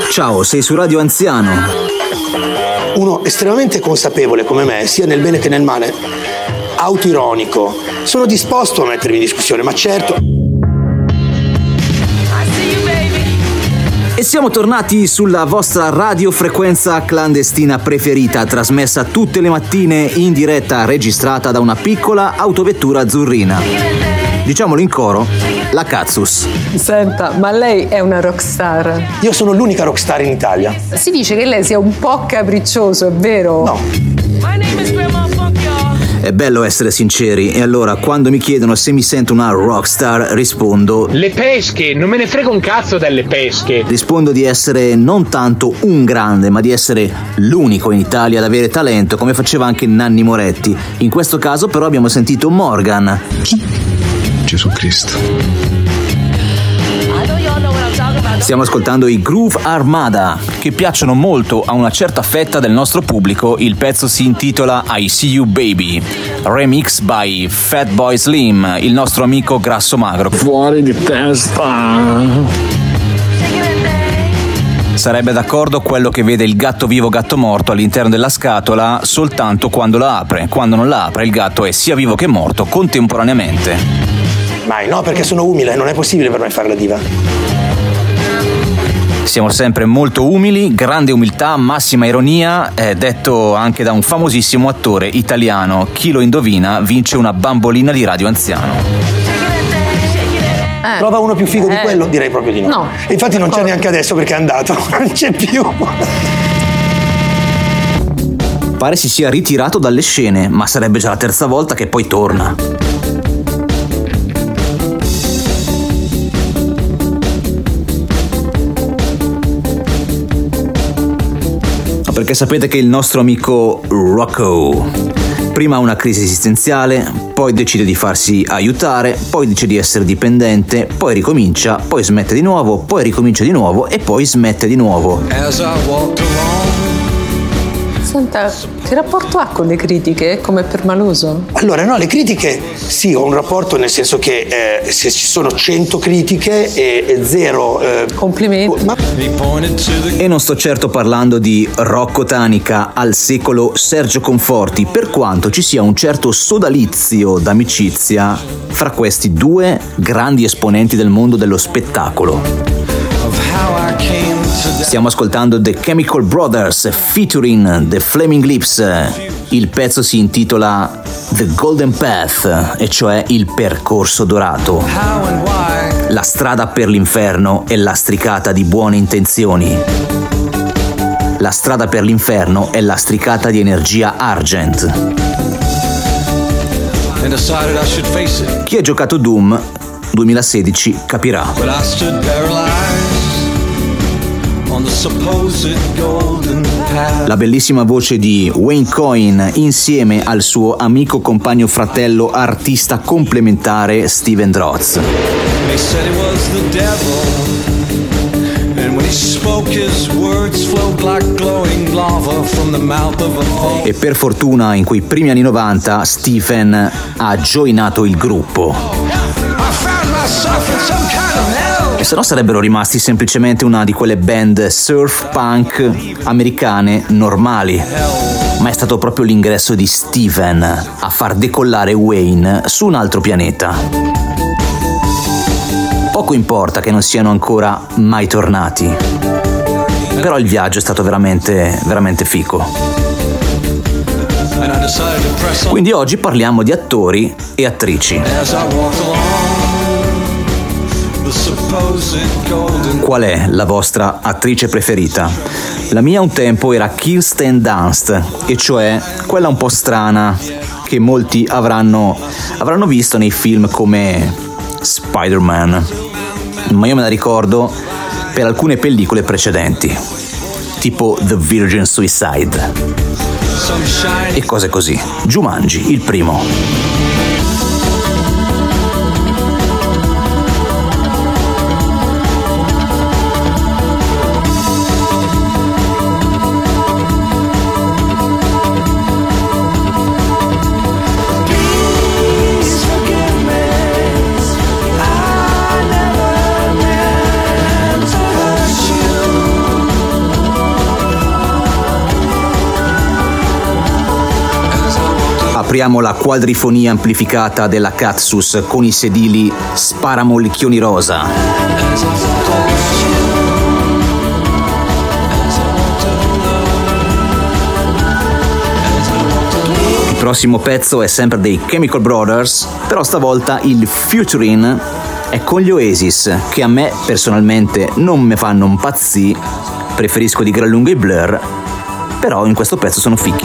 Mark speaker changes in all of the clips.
Speaker 1: Ciao, sei su Radio Anziano.
Speaker 2: Uno estremamente consapevole come me, sia nel bene che nel male, autoironico. Sono disposto a mettermi in discussione, ma certo.
Speaker 1: E siamo tornati sulla vostra radiofrequenza clandestina preferita, trasmessa tutte le mattine in diretta, registrata da una piccola autovettura azzurrina. Diciamolo in coro, la Cazzus.
Speaker 3: Senta, ma lei è una rockstar?
Speaker 2: Io sono l'unica rockstar in Italia.
Speaker 3: Si dice che lei sia un po' capriccioso, è vero?
Speaker 2: No.
Speaker 1: È bello essere sinceri, e allora quando mi chiedono se mi sento una rockstar rispondo:
Speaker 4: le pesche, non me ne frega un cazzo delle pesche.
Speaker 1: Rispondo di essere non tanto un grande, ma di essere l'unico in Italia ad avere talento, come faceva anche Nanni Moretti. In questo caso però abbiamo sentito Morgan.
Speaker 5: Chi? Gesù Cristo.
Speaker 1: Stiamo ascoltando i Groove Armada, che piacciono molto a una certa fetta del nostro pubblico. Il pezzo si intitola I See You Baby, remix by Fatboy Slim, il nostro amico grasso magro.
Speaker 5: Fuori di testa.
Speaker 1: Sarebbe d'accordo quello che vede il gatto vivo gatto morto all'interno della scatola soltanto quando la apre. Quando non la apre il gatto è sia vivo che morto contemporaneamente.
Speaker 2: Mai, no, perché sono umile, non è possibile per me fare la diva.
Speaker 1: Siamo sempre molto umili, grande umiltà, massima ironia, è detto anche da un famosissimo attore italiano. Chi lo indovina vince una bambolina di Radio Anziano.
Speaker 2: Prova uno più figo di quello? Direi proprio di no.
Speaker 3: No.
Speaker 2: E infatti non c'è neanche adesso perché è andato, non c'è più.
Speaker 1: Pare si sia ritirato dalle scene, ma sarebbe già la terza volta che poi torna. Perché sapete che il nostro amico Rocco prima ha una crisi esistenziale, poi decide di farsi aiutare, poi dice di essere dipendente, poi ricomincia, poi smette di nuovo, poi ricomincia di nuovo e poi smette di nuovo.
Speaker 3: Senta, che rapporto ha con le critiche? Come per maloso?
Speaker 2: Allora, no, le critiche sì, ho un rapporto nel senso che se ci sono 100 critiche e 0
Speaker 3: complimenti.
Speaker 1: E non sto certo parlando di Rocco Tanica al secolo Sergio Conforti, per quanto ci sia un certo sodalizio d'amicizia fra questi due grandi esponenti del mondo dello spettacolo. Stiamo ascoltando The Chemical Brothers featuring The Flaming Lips. Il pezzo si intitola The Golden Path, e cioè il percorso dorato. La strada per l'inferno è lastricata di buone intenzioni. La strada per l'inferno è lastricata di energia argent. Chi ha giocato Doom 2016 capirà. La bellissima voce di Wayne Coyne insieme al suo amico compagno fratello artista complementare Steven Drozz. E per fortuna in quei primi anni 90 Stephen ha joinato il gruppo. E se no sarebbero rimasti semplicemente una di quelle band surf punk americane normali. Ma è stato proprio l'ingresso di Steven a far decollare Wayne su un altro pianeta. Poco importa che non siano ancora mai tornati, però il viaggio è stato veramente, veramente fico. Quindi oggi parliamo di attori e attrici. Qual è la vostra attrice preferita? La mia un tempo era Kirsten Dunst, e cioè quella un po' strana che molti avranno visto nei film come Spider-Man, ma io me la ricordo per alcune pellicole precedenti, tipo The Virgin Suicide e cose così. Jumanji, il primo. apriamo la quadrifonia amplificata della Katsus con i sedili Sparamollicchioni Rosa. Il prossimo pezzo è sempre dei Chemical Brothers, però stavolta il featuring è con gli Oasis, che a me personalmente non me fanno impazzì, preferisco di gran lunga i Blur, però in questo pezzo sono fichi.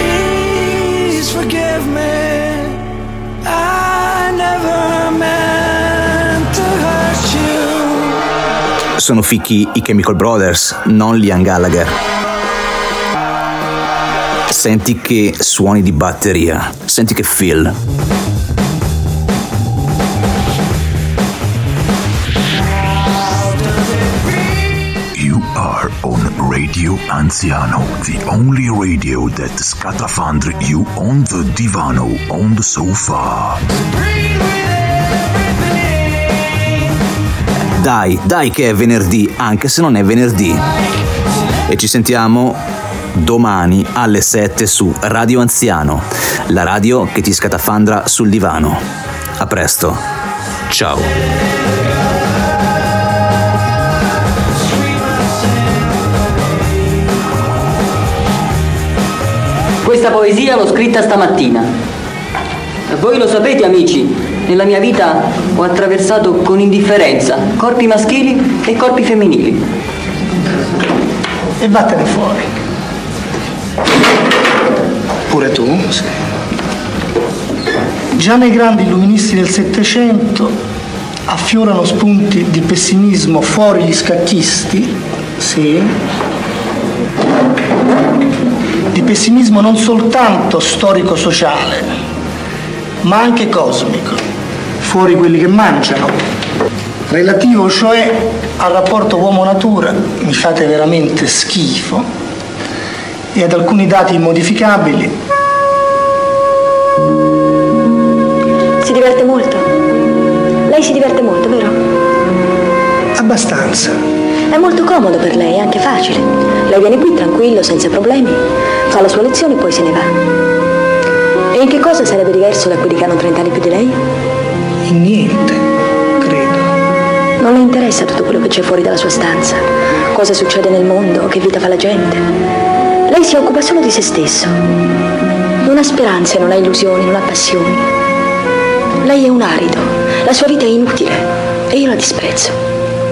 Speaker 1: Sono fichi i Chemical Brothers, non Liam Gallagher. Senti che suoni di batteria, senti che feel.
Speaker 6: You are on Radio Anziano, the only radio that scatafandri you on the divano, on the sofa.
Speaker 1: Dai che è venerdì, anche se non è venerdì. E ci sentiamo domani alle 7 su Radio Anziano, la radio che ti scatafandra sul divano. A presto. Ciao.
Speaker 7: Questa poesia l'ho scritta stamattina. Voi lo sapete, amici, nella mia vita ho attraversato con indifferenza corpi maschili e corpi femminili.
Speaker 8: E vattene fuori. Pure tu? Sì. Già nei grandi illuministi del Settecento affiorano spunti di pessimismo fuori gli scacchisti, sì, di pessimismo non soltanto storico-sociale, ma anche cosmico, fuori quelli che mangiano, relativo cioè al rapporto uomo-natura, mi fate veramente schifo, e ad alcuni dati immodificabili.
Speaker 9: Si diverte molto? Lei si diverte molto, vero?
Speaker 8: Abbastanza.
Speaker 9: È molto comodo per lei, è anche facile. Lei viene qui tranquillo, senza problemi, fa la sua lezione e poi se ne va. E in che cosa sarebbe diverso da quelli che hanno 30 anni più di lei?
Speaker 8: In niente, credo.
Speaker 9: Non le interessa tutto quello che c'è fuori dalla sua stanza, cosa succede nel mondo, che vita fa la gente. Lei si occupa solo di se stesso. Non ha speranze, non ha illusioni, non ha passioni. Lei è un arido, la sua vita è inutile e io la disprezzo.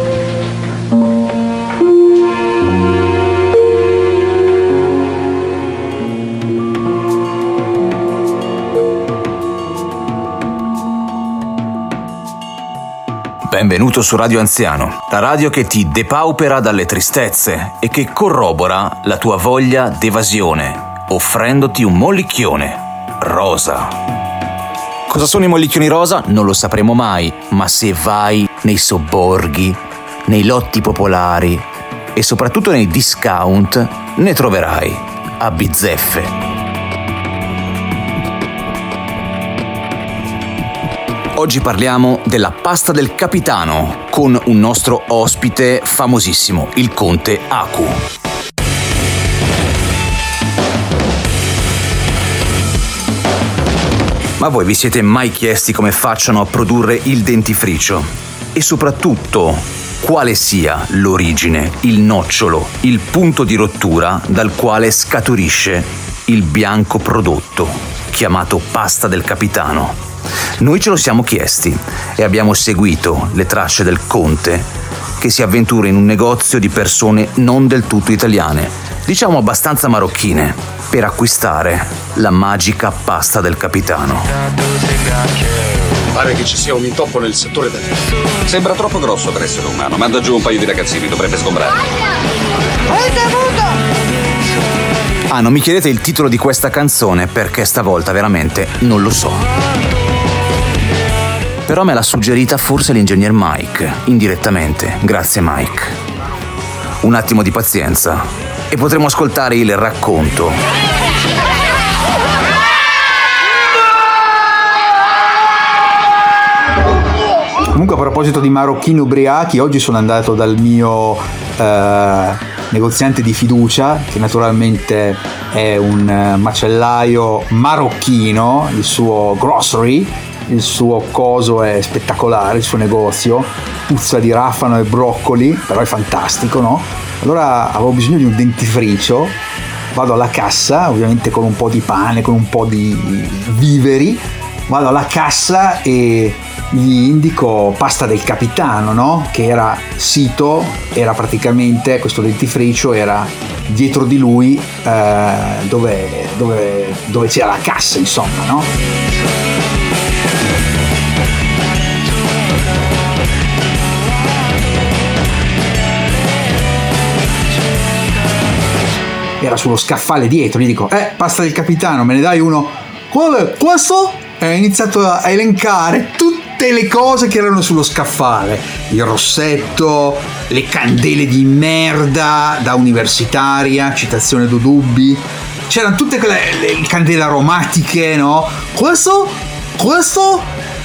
Speaker 1: Benvenuto su Radio Anziano, la radio che ti depaupera dalle tristezze e che corrobora la tua voglia d'evasione, offrendoti un mollicchione rosa. Cosa sono i mollicchioni rosa? Non lo sapremo mai, ma se vai nei sobborghi, nei lotti popolari e soprattutto nei discount, ne troverai a bizzeffe. Oggi parliamo della pasta del capitano con un nostro ospite famosissimo, il conte Aku. Ma voi vi siete mai chiesti come facciano a produrre il dentifricio? E soprattutto quale sia l'origine, il nocciolo, il punto di rottura dal quale scaturisce il bianco prodotto, chiamato pasta del capitano? Noi ce lo siamo chiesti e abbiamo seguito le tracce del conte che si avventura in un negozio di persone non del tutto italiane, diciamo abbastanza marocchine, per acquistare la magica pasta del capitano.
Speaker 10: Pare che ci sia un intoppo nel settore del... Sembra troppo grosso per essere umano. Manda giù un paio di ragazzini, dovrebbe sgombrare.
Speaker 1: Ah, non mi chiedete il titolo di questa canzone perché stavolta veramente non lo so. Però me l'ha suggerita forse l'ingegner Mike, indirettamente. Grazie Mike. Un attimo di pazienza e potremo ascoltare il racconto.
Speaker 11: Comunque, a proposito di marocchini ubriachi, oggi sono andato dal mio negoziante di fiducia, che naturalmente è un macellaio marocchino. Il suo grocery, il suo coso è spettacolare, il suo negozio puzza di rafano e broccoli, però è fantastico, no? Allora avevo bisogno di un dentifricio, vado alla cassa, ovviamente con un po' di pane, con un po' di viveri, vado alla cassa e gli indico pasta del capitano, no? Che era sito, era praticamente, questo dentifricio era dietro di lui, dove c'era la cassa, insomma, no? Era sullo scaffale dietro, gli dico pasta del capitano, me ne dai uno? Qual è? Questo? E ho iniziato a elencare tutte le cose che erano sullo scaffale, il rossetto, le candele di merda da universitaria, citazione Dudubbi, c'erano tutte quelle le candele aromatiche, no? Questo? Questo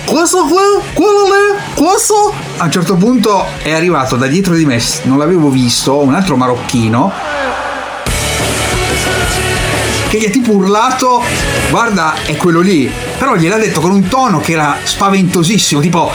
Speaker 11: a un certo punto è arrivato da dietro di me, non l'avevo visto, un altro marocchino che gli ha tipo urlato: guarda, è quello lì. Però gliel'ha detto con un tono che era spaventosissimo, tipo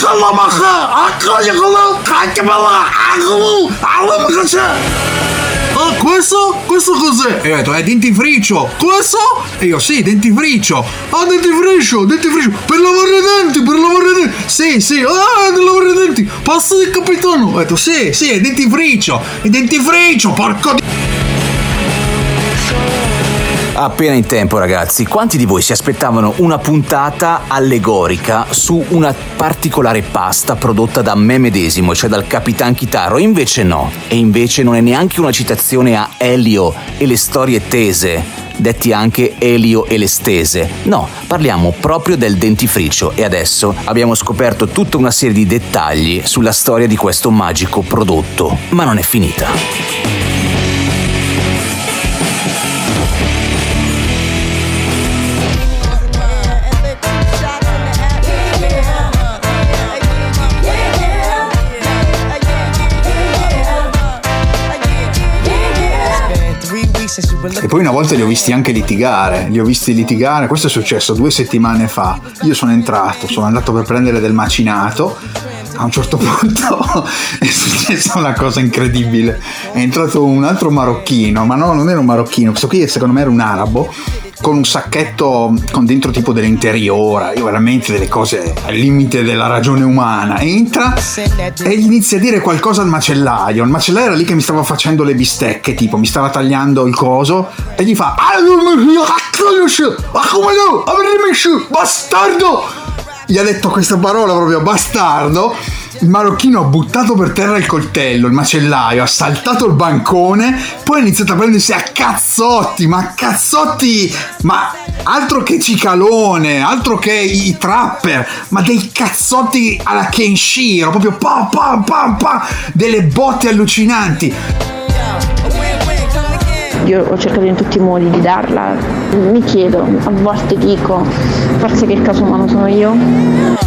Speaker 11: questo cos'è? E io ho detto dentifricio. Questo? E io sì, dentifricio. Dentifricio per lavare i denti. Sì, per lavare i denti. Pasta del capitano. Ho detto sì, è dentifricio, porco di...
Speaker 1: Appena in tempo, ragazzi. Quanti di voi si aspettavano una puntata allegorica su una particolare pasta prodotta da me medesimo, cioè dal Capitan Chitarro? Invece no. E invece non è neanche una citazione a Elio e le storie tese, detti anche Elio e le stese. No, parliamo proprio del dentifricio e adesso abbiamo scoperto tutta una serie di dettagli sulla storia di questo magico prodotto. Ma non è finita.
Speaker 11: E poi una volta li ho visti anche litigare, questo è successo 2 settimane fa. Io sono andato per prendere del macinato, a un certo punto è successa una cosa incredibile, è entrato un altro marocchino, ma no, non era un marocchino, questo qui secondo me era un arabo, con un sacchetto con dentro tipo dell'interiora, io veramente delle cose al limite della ragione umana. Entra e gli inizia a dire qualcosa al macellaio. Il macellaio era lì che mi stava facendo le bistecche, tipo mi stava tagliando il coso, e gli fa: bastardo! Gli ha detto questa parola proprio, bastardo. Il marocchino ha buttato per terra il coltello, il macellaio ha saltato il bancone, poi ha iniziato a prendersi a cazzotti, ma altro che cicalone, altro che i trapper, ma dei cazzotti alla Kenshiro, proprio delle botte allucinanti.
Speaker 12: Io ho cercato in tutti i modi di darla, mi chiedo, a volte dico, forse che il caso umano sono io.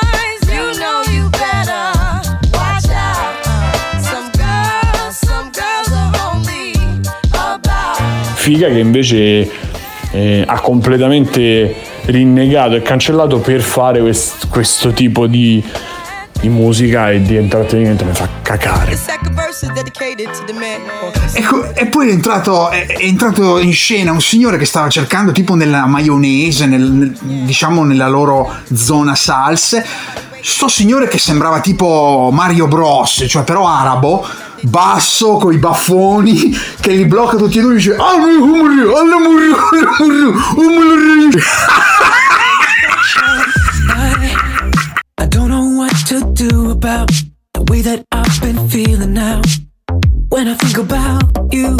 Speaker 5: Figa che invece ha completamente rinnegato e cancellato per fare questo tipo di musica e di intrattenimento. Mi fa cacare.
Speaker 11: E poi è entrato in scena un signore che stava cercando tipo nella maionese, diciamo nella loro zona salse, sto signore che sembrava tipo Mario Bros, cioè però arabo, basso, coi baffoni, che li blocca tutti e due e dice
Speaker 13: I don't know what to do about the way that I've been feeling now. When I think about you,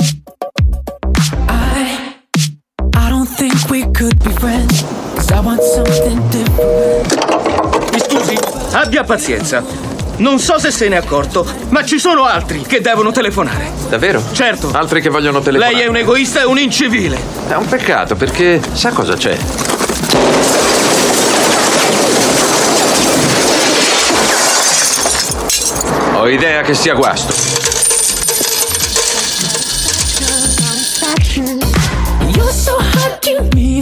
Speaker 13: I don't think we could be friends, 'cause I want something different.
Speaker 14: Mi scusi, abbia pazienza. Non so se se ne è accorto, ma ci sono altri che devono telefonare.
Speaker 10: Davvero?
Speaker 14: Certo.
Speaker 10: Altri che vogliono telefonare.
Speaker 14: Lei è un egoista e un incivile.
Speaker 10: È un peccato, perché sa cosa c'è? Ho idea che sia guasto.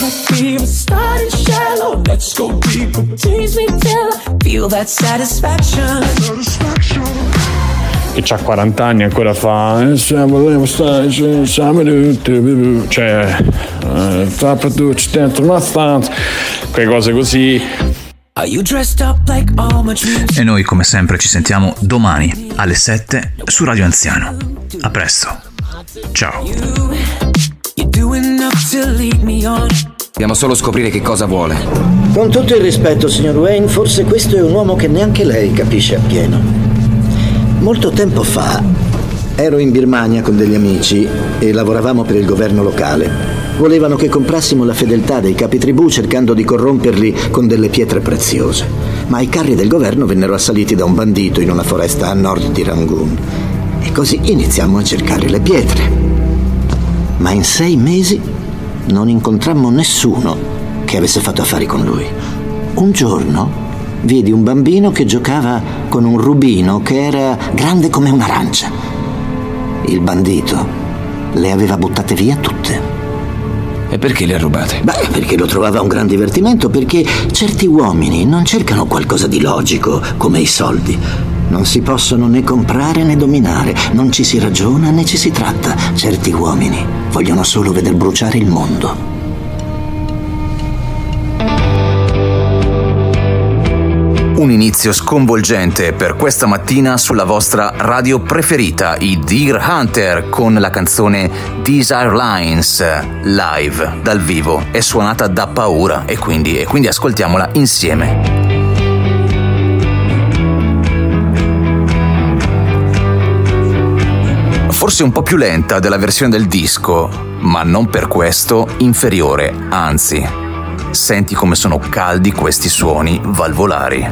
Speaker 13: that fever started shallow. Let's go deeper. Tease me till I feel that satisfaction.
Speaker 5: Che c'ha 40 anni ancora fa cioè quelle cose così.
Speaker 6: E noi come sempre ci sentiamo domani alle 7 su Radio Anziano. A presto. Ciao.
Speaker 15: Dobbiamo solo scoprire che cosa vuole.
Speaker 16: Con tutto il rispetto, signor Wayne, forse questo è un uomo che neanche lei capisce appieno. Molto tempo fa ero in Birmania con degli amici e lavoravamo per il governo locale. Volevano che comprassimo la fedeltà dei capi tribù cercando di corromperli con delle pietre preziose. Ma i carri del governo vennero assaliti da un bandito in una foresta a nord di Rangoon. E così iniziammo a cercare le pietre. Ma in 6 mesi non incontrammo nessuno che avesse fatto affari con lui. Un giorno vidi un bambino che giocava con un rubino che era grande come un'arancia. Il bandito le aveva buttate via tutte.
Speaker 15: E perché le ha rubate?
Speaker 16: Beh, perché lo trovava un gran divertimento, perché certi uomini non cercano qualcosa di logico come i soldi. Non si possono né comprare né dominare, non ci si ragiona né ci si tratta. Certi uomini vogliono solo veder bruciare il mondo.
Speaker 1: Un inizio sconvolgente per questa mattina sulla vostra radio preferita, i Deer Hunter, con la canzone Desire Lines, live, dal vivo, è suonata da paura e quindi ascoltiamola insieme. Forse un po' più lenta della versione del disco, ma non per questo inferiore, anzi. Senti come sono caldi questi suoni valvolari.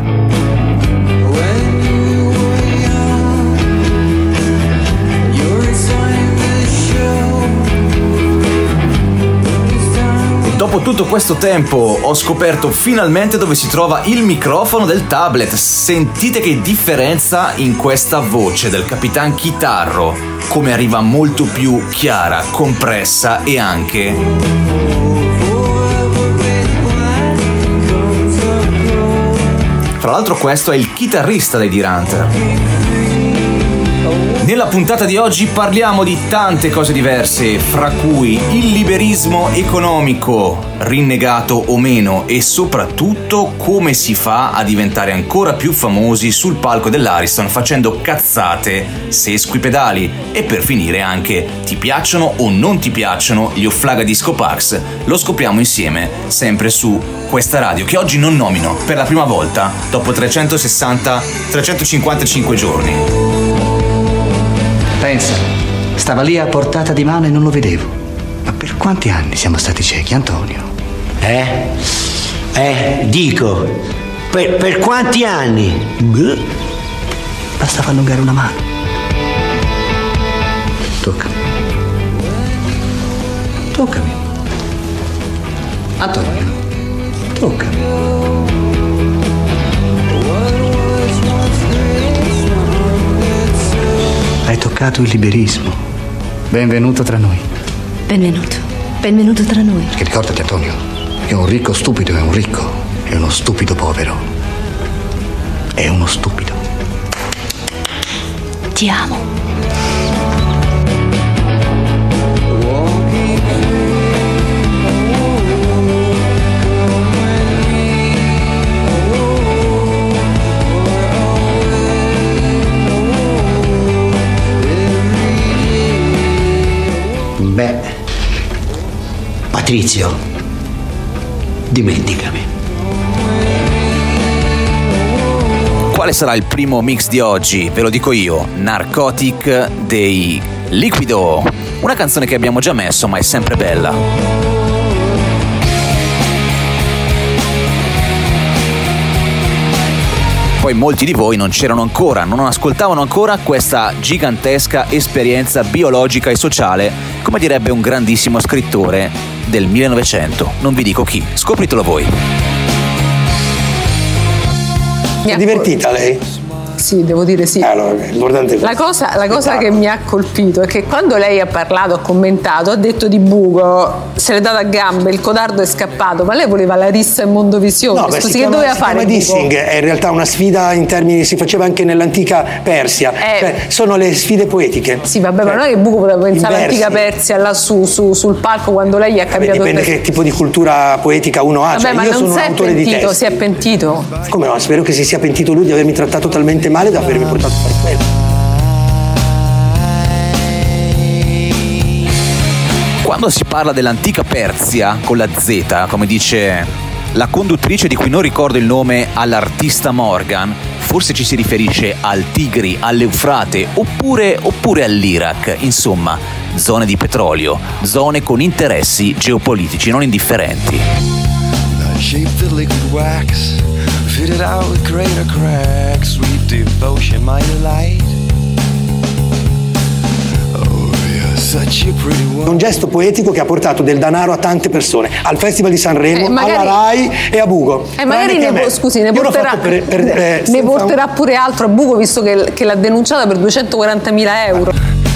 Speaker 1: E dopo tutto questo tempo ho scoperto finalmente dove si trova il microfono del tablet. Sentite che differenza in questa voce del Capitan Chitarro, come arriva molto più chiara, compressa e anche... Tra l'altro questo è il chitarrista dei Deer Hunter. Nella puntata di oggi parliamo di tante cose diverse, fra cui il liberismo economico, rinnegato o meno, e soprattutto come si fa a diventare ancora più famosi sul palco dell'Ariston facendo cazzate sesquipedali. E per finire anche, ti piacciono o non ti piacciono gli Offlaga Disco Parks? Lo scopriamo insieme, sempre su questa radio che oggi non nomino per la prima volta dopo 355 giorni.
Speaker 17: Pensa, stava lì a portata di mano e non lo vedevo. Ma per quanti anni siamo stati ciechi, Antonio?
Speaker 16: Dico, per quanti anni?
Speaker 17: Bastava allungare una mano. Toccami. Antonio, toccami. Hai toccato il liberismo. Benvenuto tra noi.
Speaker 9: Benvenuto tra noi.
Speaker 17: Perché ricordati, Antonio, che un ricco stupido è un ricco e uno stupido povero è uno stupido.
Speaker 9: Ti amo.
Speaker 16: Beh, Patrizio, dimenticami.
Speaker 1: Quale sarà il primo mix di oggi? Ve lo dico io, Narcotic dei Liquido, una canzone che abbiamo già messo ma è sempre bella. Poi molti di voi non c'erano ancora, non ascoltavano ancora questa gigantesca esperienza biologica e sociale, come direbbe un grandissimo scrittore del 1900. Non vi dico chi, scopritelo voi.
Speaker 2: È divertita lei?
Speaker 3: Sì, devo dire sì.
Speaker 2: Allora, l'importante è
Speaker 3: la cosa che mi ha colpito è che quando lei ha parlato, ha commentato, ha detto di Bugo, se l'è data a gambe, il codardo è scappato, ma lei voleva la rissa in Mondovisione.
Speaker 2: No,
Speaker 3: Scusi, che doveva fare?
Speaker 2: Dissing è in realtà una sfida in termini, si faceva anche nell'antica Persia, cioè, sono le sfide poetiche.
Speaker 3: Sì, vabbè, ma non è che Bugo poteva pensare all'antica Persia là sul palco quando lei ha cambiato.
Speaker 2: Dipende che tipo di cultura poetica uno ha.
Speaker 3: Vabbè,
Speaker 2: cioè,
Speaker 3: ma
Speaker 2: io
Speaker 3: non
Speaker 2: sono un autore di testi.
Speaker 3: Si è pentito.
Speaker 2: Come no? Spero che si sia pentito lui di avermi trattato talmente male da avermi portato a fare quello.
Speaker 1: Quando si parla dell'antica Persia con la Z, come dice la conduttrice di cui non ricordo il nome, all'artista Morgan, forse ci si riferisce al Tigri, all'Eufrate oppure all'Iraq, insomma, zone di petrolio, zone con interessi geopolitici non indifferenti.
Speaker 2: Un gesto poetico che ha portato del denaro a tante persone, al Festival di Sanremo,
Speaker 3: magari,
Speaker 2: alla RAI e a Bugo.
Speaker 3: Magari ne porterà pure altro a Bugo, visto che l'ha denunciata per 240.000 euro.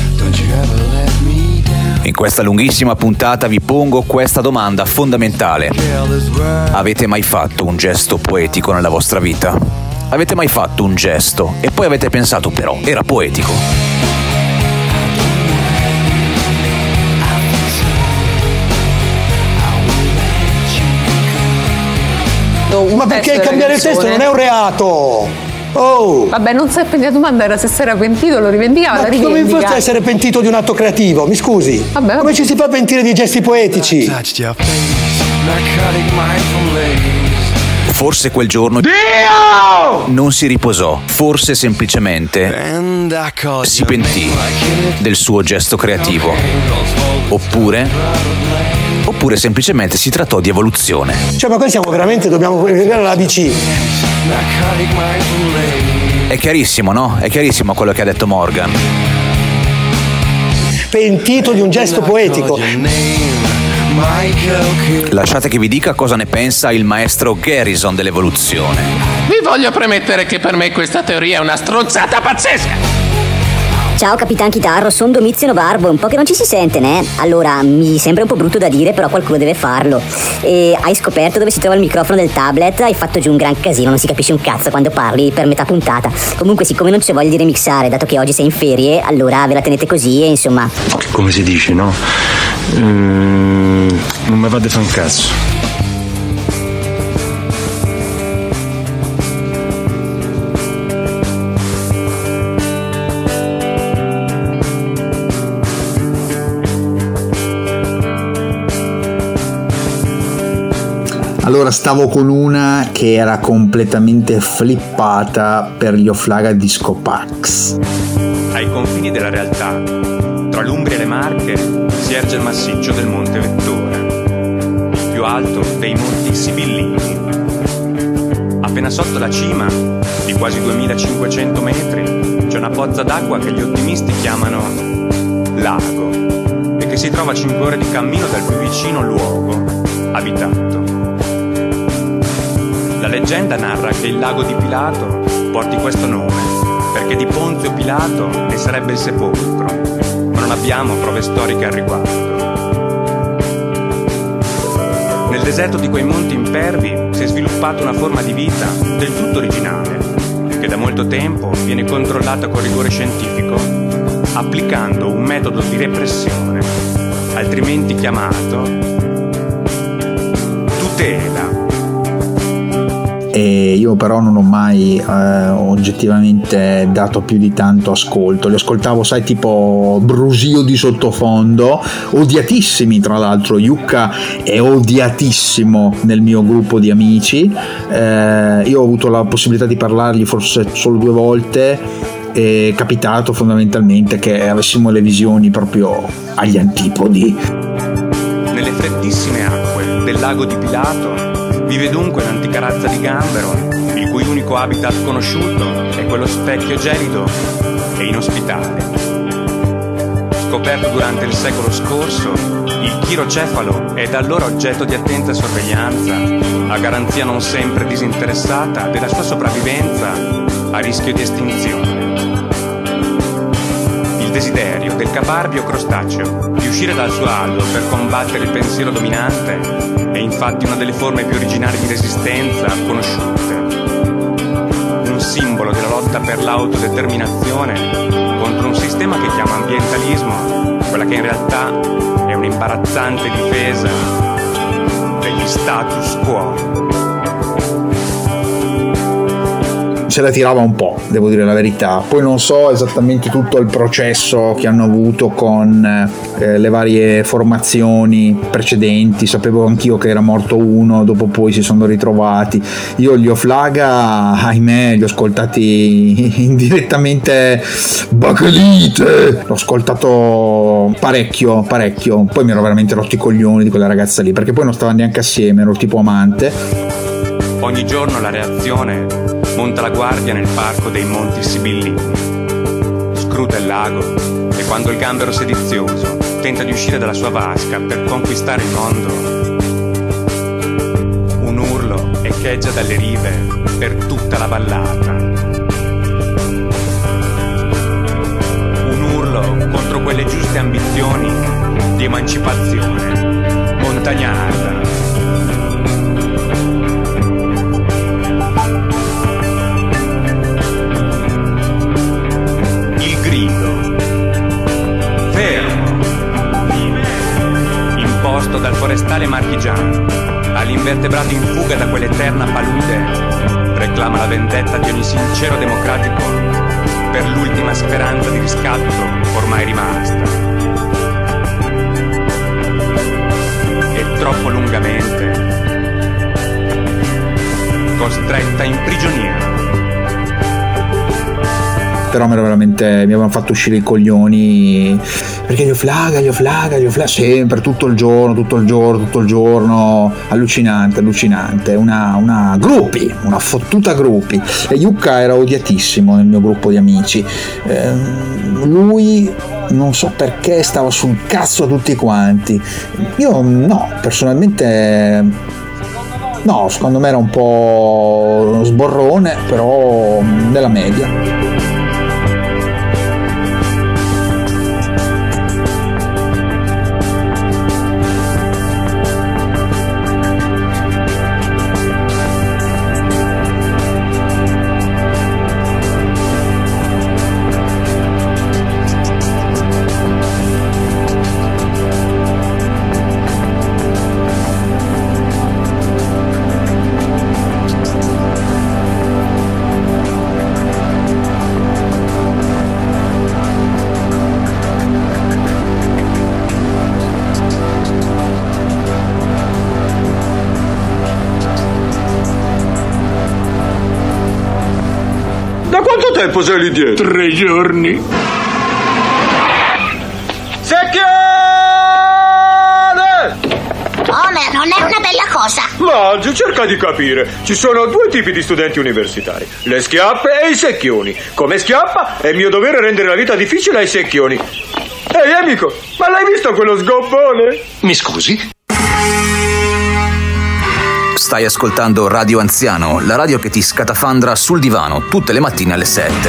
Speaker 1: In questa lunghissima puntata vi pongo questa domanda fondamentale. Avete mai fatto un gesto poetico nella vostra vita? Avete mai fatto un gesto e poi avete pensato però era poetico?
Speaker 2: Ma perché cambiare il testo non è un reato? Oh!
Speaker 3: Vabbè, non si è pentito, la domanda era se si era pentito, lo rivendicava,
Speaker 2: ma come posso essere pentito di un atto creativo? Mi scusi?
Speaker 3: Vabbè.
Speaker 2: Come ci si fa pentire di gesti poetici?
Speaker 1: Forse quel giorno
Speaker 2: Dio!
Speaker 1: non si riposò, forse semplicemente si pentì del suo gesto creativo. Oppure semplicemente si trattò di evoluzione.
Speaker 2: Cioè, ma qui dobbiamo vedere l'ABC.
Speaker 1: È chiarissimo, no? È chiarissimo quello che ha detto Morgan.
Speaker 2: Pentito di un gesto poetico.
Speaker 1: Lasciate che vi dica cosa ne pensa il maestro Garrison dell'evoluzione.
Speaker 4: Vi voglio premettere che per me questa teoria è una stronzata pazzesca.
Speaker 18: Ciao Capitan Chitarro, sono Domizio Novarbo, un po' che non ci si sente, né? Allora, mi sembra un po' brutto da dire, però qualcuno deve farlo. E hai scoperto dove si trova il microfono del tablet, hai fatto giù un gran casino, non si capisce un cazzo quando parli per metà puntata. Comunque, siccome non c'è voglia di remixare, dato che oggi sei in ferie, allora ve la tenete così e insomma...
Speaker 19: Come si dice, no? Non mi va di fa un cazzo.
Speaker 11: Allora stavo con una che era completamente flippata per gli Oflaga Disco Pax.
Speaker 20: Ai confini della realtà, tra l'Umbria e le Marche, si erge il massiccio del Monte Vettora, il più alto dei Monti Sibillini. Appena sotto la cima, di quasi 2500 metri, c'è una pozza d'acqua che gli ottimisti chiamano lago e che si trova a 5 ore di cammino dal più vicino luogo abitato. La leggenda narra che il lago di Pilato porti questo nome perché di Ponzio Pilato ne sarebbe il sepolcro, ma non abbiamo prove storiche al riguardo. Nel deserto di quei monti impervi si è sviluppata una forma di vita del tutto originale, che da molto tempo viene controllata con rigore scientifico, applicando un metodo di repressione, altrimenti chiamato tutela.
Speaker 11: E io però non ho mai oggettivamente dato più di tanto ascolto. Li ascoltavo, sai, tipo brusio di sottofondo, odiatissimi tra l'altro. Yucca è odiatissimo nel mio gruppo di amici. Io ho avuto la possibilità di parlargli forse solo 2 volte. È capitato fondamentalmente che avessimo le visioni proprio agli antipodi.
Speaker 20: Nelle freddissime acque del lago di Pilato vive dunque un'antica razza di gambero, il cui unico habitat conosciuto è quello specchio gelido e inospitale. Scoperto durante il secolo scorso, Il chirocefalo è da allora oggetto di attenta sorveglianza, a garanzia non sempre disinteressata della sua sopravvivenza a rischio di estinzione. Il desiderio del caparbio crostaceo di uscire dal suo allo per combattere il pensiero dominante è infatti una delle forme più originali di resistenza conosciute. Un simbolo della lotta per l'autodeterminazione contro un sistema che chiama ambientalismo, quella che in realtà è un'imbarazzante difesa degli status quo.
Speaker 11: Se la tirava un po', devo dire la verità. Poi non so esattamente tutto il processo che hanno avuto con le varie formazioni precedenti. Sapevo anch'io che era morto uno, dopo poi si sono ritrovati. Io gli Oflaga, ahimè, li ho ascoltati indirettamente. Bakelite! L'ho ascoltato parecchio. Poi mi ero veramente rotto i coglioni di quella ragazza lì, perché poi non stavano neanche assieme, ero tipo amante.
Speaker 20: Ogni giorno la reazione monta la guardia nel parco dei Monti Sibillini, scruta il lago e quando il gambero sedizioso tenta di uscire dalla sua vasca per conquistare il mondo, un urlo echeggia dalle rive per tutta la vallata. Un urlo contro quelle giuste ambizioni di emancipazione montagnarda. Dal forestale marchigiano all'invertebrato in fuga da quell'eterna palude, reclama la vendetta di ogni sincero democratico per l'ultima speranza di riscatto ormai rimasta. E troppo lungamente costretta in prigionia.
Speaker 11: Però mi avevano fatto uscire i coglioni, perché gli Oflaga, sempre, tutto il giorno, allucinante, una fottuta gruppi. E Yucca era odiatissimo nel mio gruppo di amici, lui non so perché stava sul cazzo a tutti quanti, io no, personalmente no, secondo me era un po' sborrone, però nella media.
Speaker 21: Tempo sei lì dietro?
Speaker 14: 3 giorni.
Speaker 21: Secchione!
Speaker 22: Homer, non è una bella cosa.
Speaker 21: Marge, cerca di capire. Ci sono 2 tipi di studenti universitari: le schiappe e i secchioni. Come schiappa è mio dovere rendere la vita difficile ai secchioni. Ehi amico, ma l'hai visto quello sgobbone?
Speaker 17: Mi scusi?
Speaker 1: Stai ascoltando Radio Anziano, la radio che ti scatafandra sul divano tutte le mattine alle 7.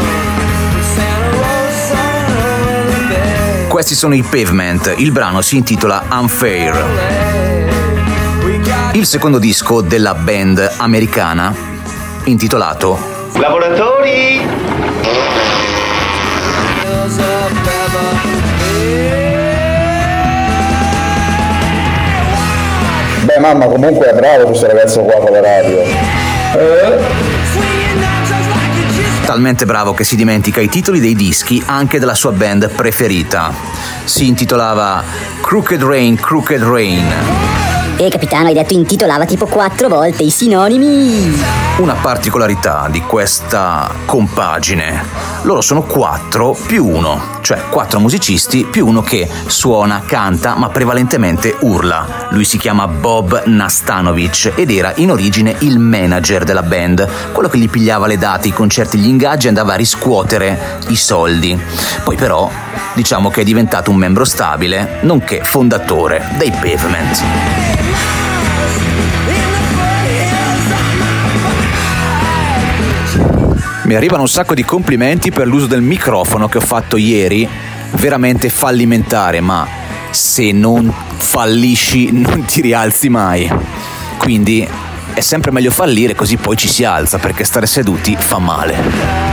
Speaker 1: Questi sono i Pavement, il brano si intitola Unfair. Il secondo disco della band americana, intitolato
Speaker 21: Lavoratori!
Speaker 11: Beh mamma, comunque è bravo questo ragazzo qua con la radio.
Speaker 1: Talmente bravo che si dimentica i titoli dei dischi anche della sua band preferita. Si intitolava Crooked Rain, Crooked Rain.
Speaker 18: Capitano, hai detto intitolava tipo 4 volte i sinonimi.
Speaker 1: Una particolarità di questa compagine: loro sono 4 più 1, cioè 4 musicisti più uno che suona, canta, ma prevalentemente urla. Lui si chiama Bob Nastanovic ed era in origine il manager della band, quello che gli pigliava le date, i concerti, gli ingaggi e andava a riscuotere i soldi. Poi però diciamo che è diventato un membro stabile, nonché fondatore dei Pavement. Mi arrivano un sacco di complimenti per l'uso del microfono che ho fatto ieri, veramente fallimentare, ma se non fallisci non ti rialzi mai. Quindi è sempre meglio fallire, così poi ci si alza, perché stare seduti fa male.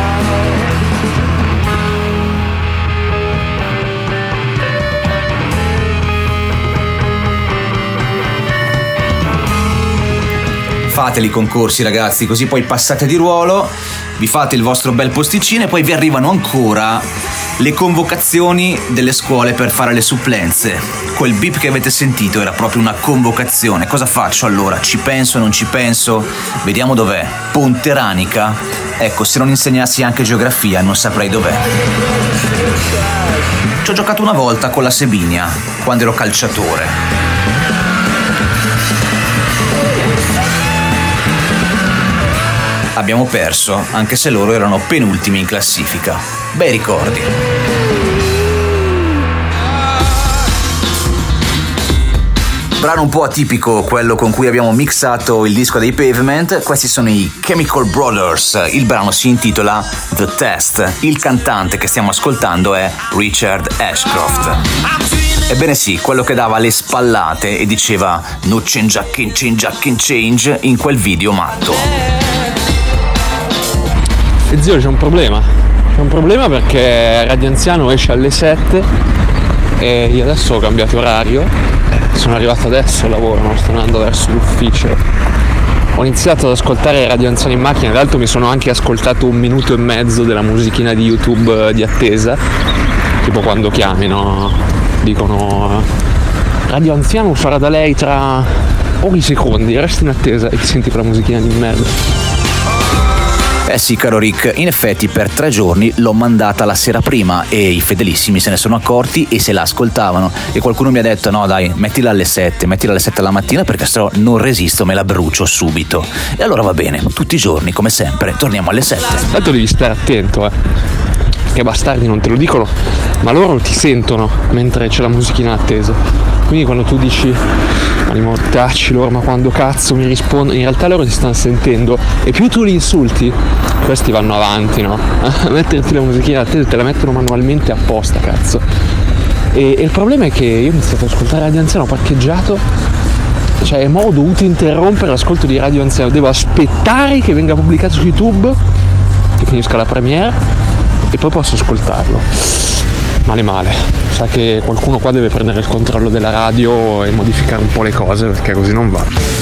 Speaker 1: Fateli i concorsi, ragazzi, così poi passate di ruolo, vi fate il vostro bel posticino e poi vi arrivano ancora le convocazioni delle scuole per fare le supplenze. Quel beep che avete sentito era proprio una convocazione. Cosa faccio allora? Ci penso, non ci penso? Vediamo dov'è. Ponte Ranica? Ecco, se non insegnassi anche geografia non saprei dov'è. Ci ho giocato una volta con la Sebinia, quando ero calciatore. Abbiamo perso, anche se loro erano penultimi in classifica. Bei ricordi. Brano un po' atipico, quello con cui abbiamo mixato il disco dei Pavement. Questi sono i Chemical Brothers. Il brano si intitola The Test. Il cantante che stiamo ascoltando è Richard Ashcroft. Ebbene sì, quello che dava le spallate e diceva "No change, I can change" in quel video matto.
Speaker 7: E zio, c'è un problema perché Radio Anziano esce alle 7 e io adesso ho cambiato orario, sono arrivato adesso al lavoro, sto andando verso l'ufficio. Ho iniziato ad ascoltare Radio Anziano in macchina, tra l'altro mi sono anche ascoltato 1 minuto e mezzo della musichina di YouTube di attesa, tipo quando chiami, no? Dicono Radio Anziano farà da lei tra pochi secondi, resti in attesa e ti senti quella musichina di merda.
Speaker 1: Eh sì, caro Rick, in effetti per 3 giorni l'ho mandata la sera prima e i fedelissimi se ne sono accorti e se la ascoltavano, e qualcuno mi ha detto no dai, mettila alle 7 alla mattina perché sennò non resisto, me la brucio subito. E allora va bene, tutti i giorni come sempre torniamo alle 7.
Speaker 7: Tanto devi stare attento, che bastardi non te lo dicono, ma loro ti sentono mentre c'è la musichina attesa. Quindi quando tu dici ma li mortacci loro, ma quando cazzo mi rispondono, in realtà loro ti stanno sentendo e più tu li insulti, questi vanno avanti, no? A metterti la musichina attesa, te la mettono manualmente apposta, cazzo. E il problema è che io ho iniziato ad ascoltare Radio Anziano, ho parcheggiato, cioè ho dovuto interrompere l'ascolto di Radio Anziano, devo aspettare che venga pubblicato su YouTube, che finisca la premiere e poi posso ascoltarlo. Male, sa che qualcuno qua deve prendere il controllo della radio e modificare un po' le cose, perché così non va.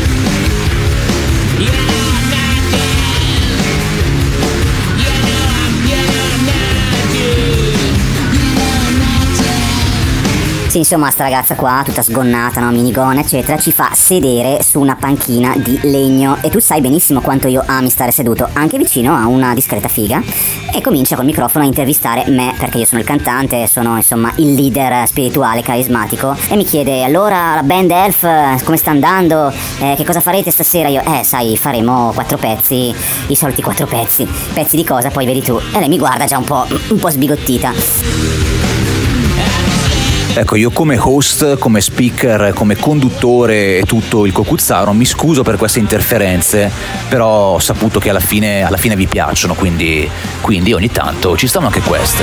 Speaker 18: Sì, insomma, sta ragazza qua, tutta sgonnata, no, minigonna, eccetera, ci fa sedere su una panchina di legno e tu sai benissimo quanto io ami stare seduto, anche vicino a una discreta figa, e comincia col microfono a intervistare me, perché io sono il cantante, sono insomma il leader spirituale, carismatico, e mi chiede allora la band Elf come sta andando, che cosa farete stasera? Io, sai, faremo 4 pezzi, i soliti 4 pezzi di cosa? Poi vedi tu. E lei mi guarda già un po' sbigottita.
Speaker 1: Ecco, io come host, come speaker, come conduttore e tutto il cocuzzaro mi scuso per queste interferenze, però ho saputo che alla fine vi piacciono, quindi ogni tanto ci stanno anche queste.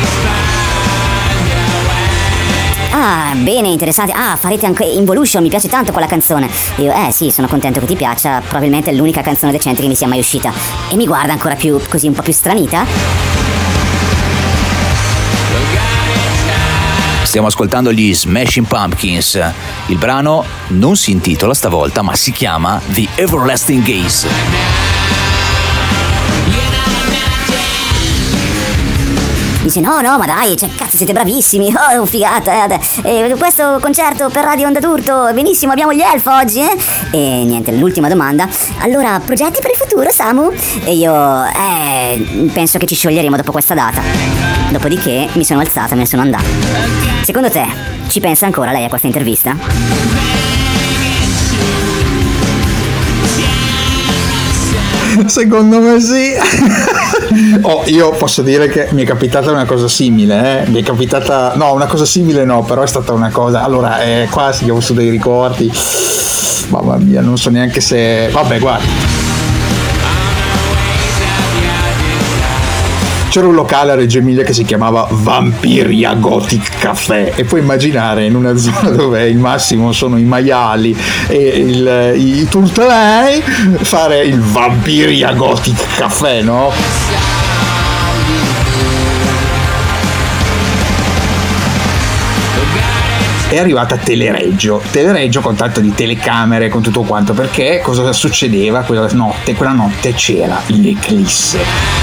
Speaker 18: Ah, bene, interessante. Ah, farete anche Involution, mi piace tanto quella canzone. Io, sì, sono contento che ti piaccia, probabilmente è l'unica canzone decente che mi sia mai uscita. E mi guarda ancora più, così un po' più stranita.
Speaker 1: Stiamo ascoltando gli Smashing Pumpkins. Il brano non si intitola stavolta, ma si chiama The Everlasting Gaze.
Speaker 18: Dice no, ma dai, cioè, cazzo, siete bravissimi, oh, figata, questo concerto per Radio Onda d'Urto, benissimo, abbiamo gli Elf oggi, E niente, l'ultima domanda, allora, progetti per il futuro, Samu? E io, penso che ci scioglieremo dopo questa data. Dopodiché mi sono alzata e me ne sono andata. Secondo te, ci pensa ancora lei a questa intervista?
Speaker 11: Secondo me sì. Io posso dire che mi è capitata una cosa simile, Mi è capitata, no, una cosa simile no, però è stata una cosa, allora qua si chiama su dei ricordi, mamma mia, non so neanche se, vabbè, guarda. C'era un locale a Reggio Emilia che si chiamava Vampiria Gothic Café, e puoi immaginare in una zona dove il massimo sono i maiali e i turtelei fare il Vampiria Gothic Café, no? È arrivata Telereggio con tanto di telecamere, con tutto quanto, perché cosa succedeva quella notte? Quella notte c'era l'eclisse.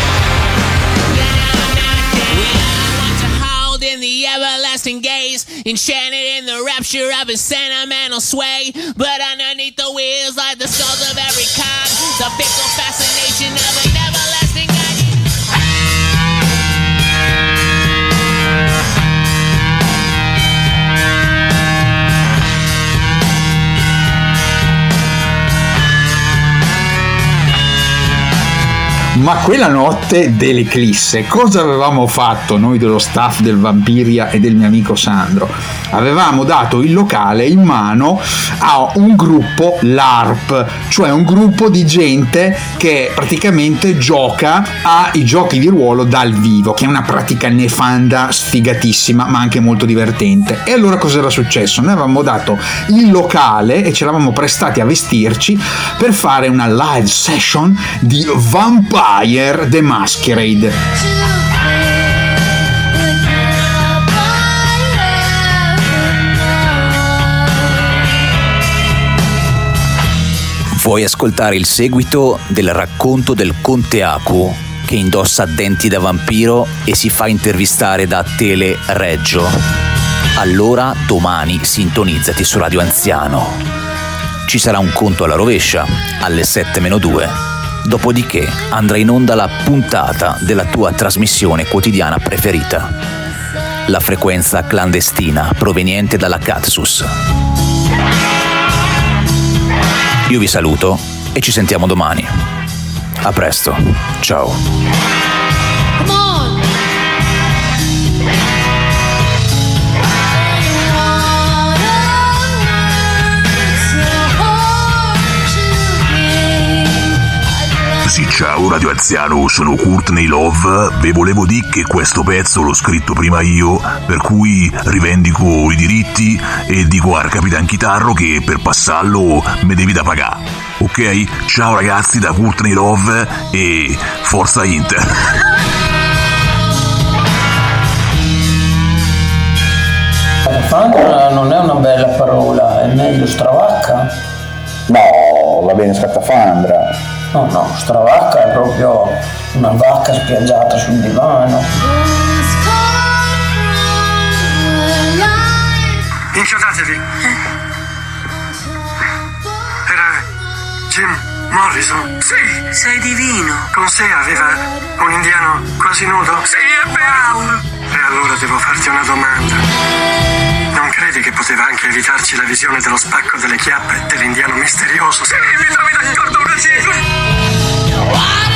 Speaker 13: Gaze, enchanted in the rapture of his sentimental sway, but underneath the wheels like the skulls of every cog, the fickle fascination of an everlasting
Speaker 11: Ma quella notte dell'eclisse, cosa avevamo fatto noi dello staff del Vampiria e del mio amico Sandro? Avevamo dato il locale in mano a un gruppo LARP, cioè un gruppo di gente che praticamente gioca ai giochi di ruolo dal vivo, che è una pratica nefanda, sfigatissima, ma anche molto divertente. E allora cosa era successo? Noi avevamo dato il locale e ce l'avevamo prestati a vestirci per fare una live session di Vampire the Masquerade.
Speaker 1: Vuoi ascoltare il seguito del racconto del Conte Aku, che indossa denti da vampiro e si fa intervistare da Telereggio? Allora domani sintonizzati su Radio Anziano. Ci sarà un conto alla rovescia alle 7-2. Dopodiché andrà in onda la puntata della tua trasmissione quotidiana preferita, la frequenza clandestina proveniente dalla Katsus. Io vi saluto e ci sentiamo domani. A presto, ciao.
Speaker 6: Sì, ciao Radio Anziano, sono Courtney Love. Vi volevo dire che questo pezzo l'ho scritto prima io, per cui rivendico i diritti e dico al Capitan Chitarro che per passarlo me devi da pagare. Ok? Ciao ragazzi da Courtney Love e Forza Inter.
Speaker 8: Scattafandra non è una bella parola, è meglio stravacca?
Speaker 11: No, va bene Scattafandra.
Speaker 8: No, stravacca è proprio una vacca spiaggiata sul divano.
Speaker 12: Inchiodatevi. Era Jim Morrison? Sì. Sei divino. Con sé aveva un indiano quasi nudo? Sì, è vero. Wow. E allora devo farti una domanda. Non credi che poteva anche evitarci la visione dello spacco delle chiappe dell'indiano misterioso? Sì, mi trovi d'accordo, una cifra.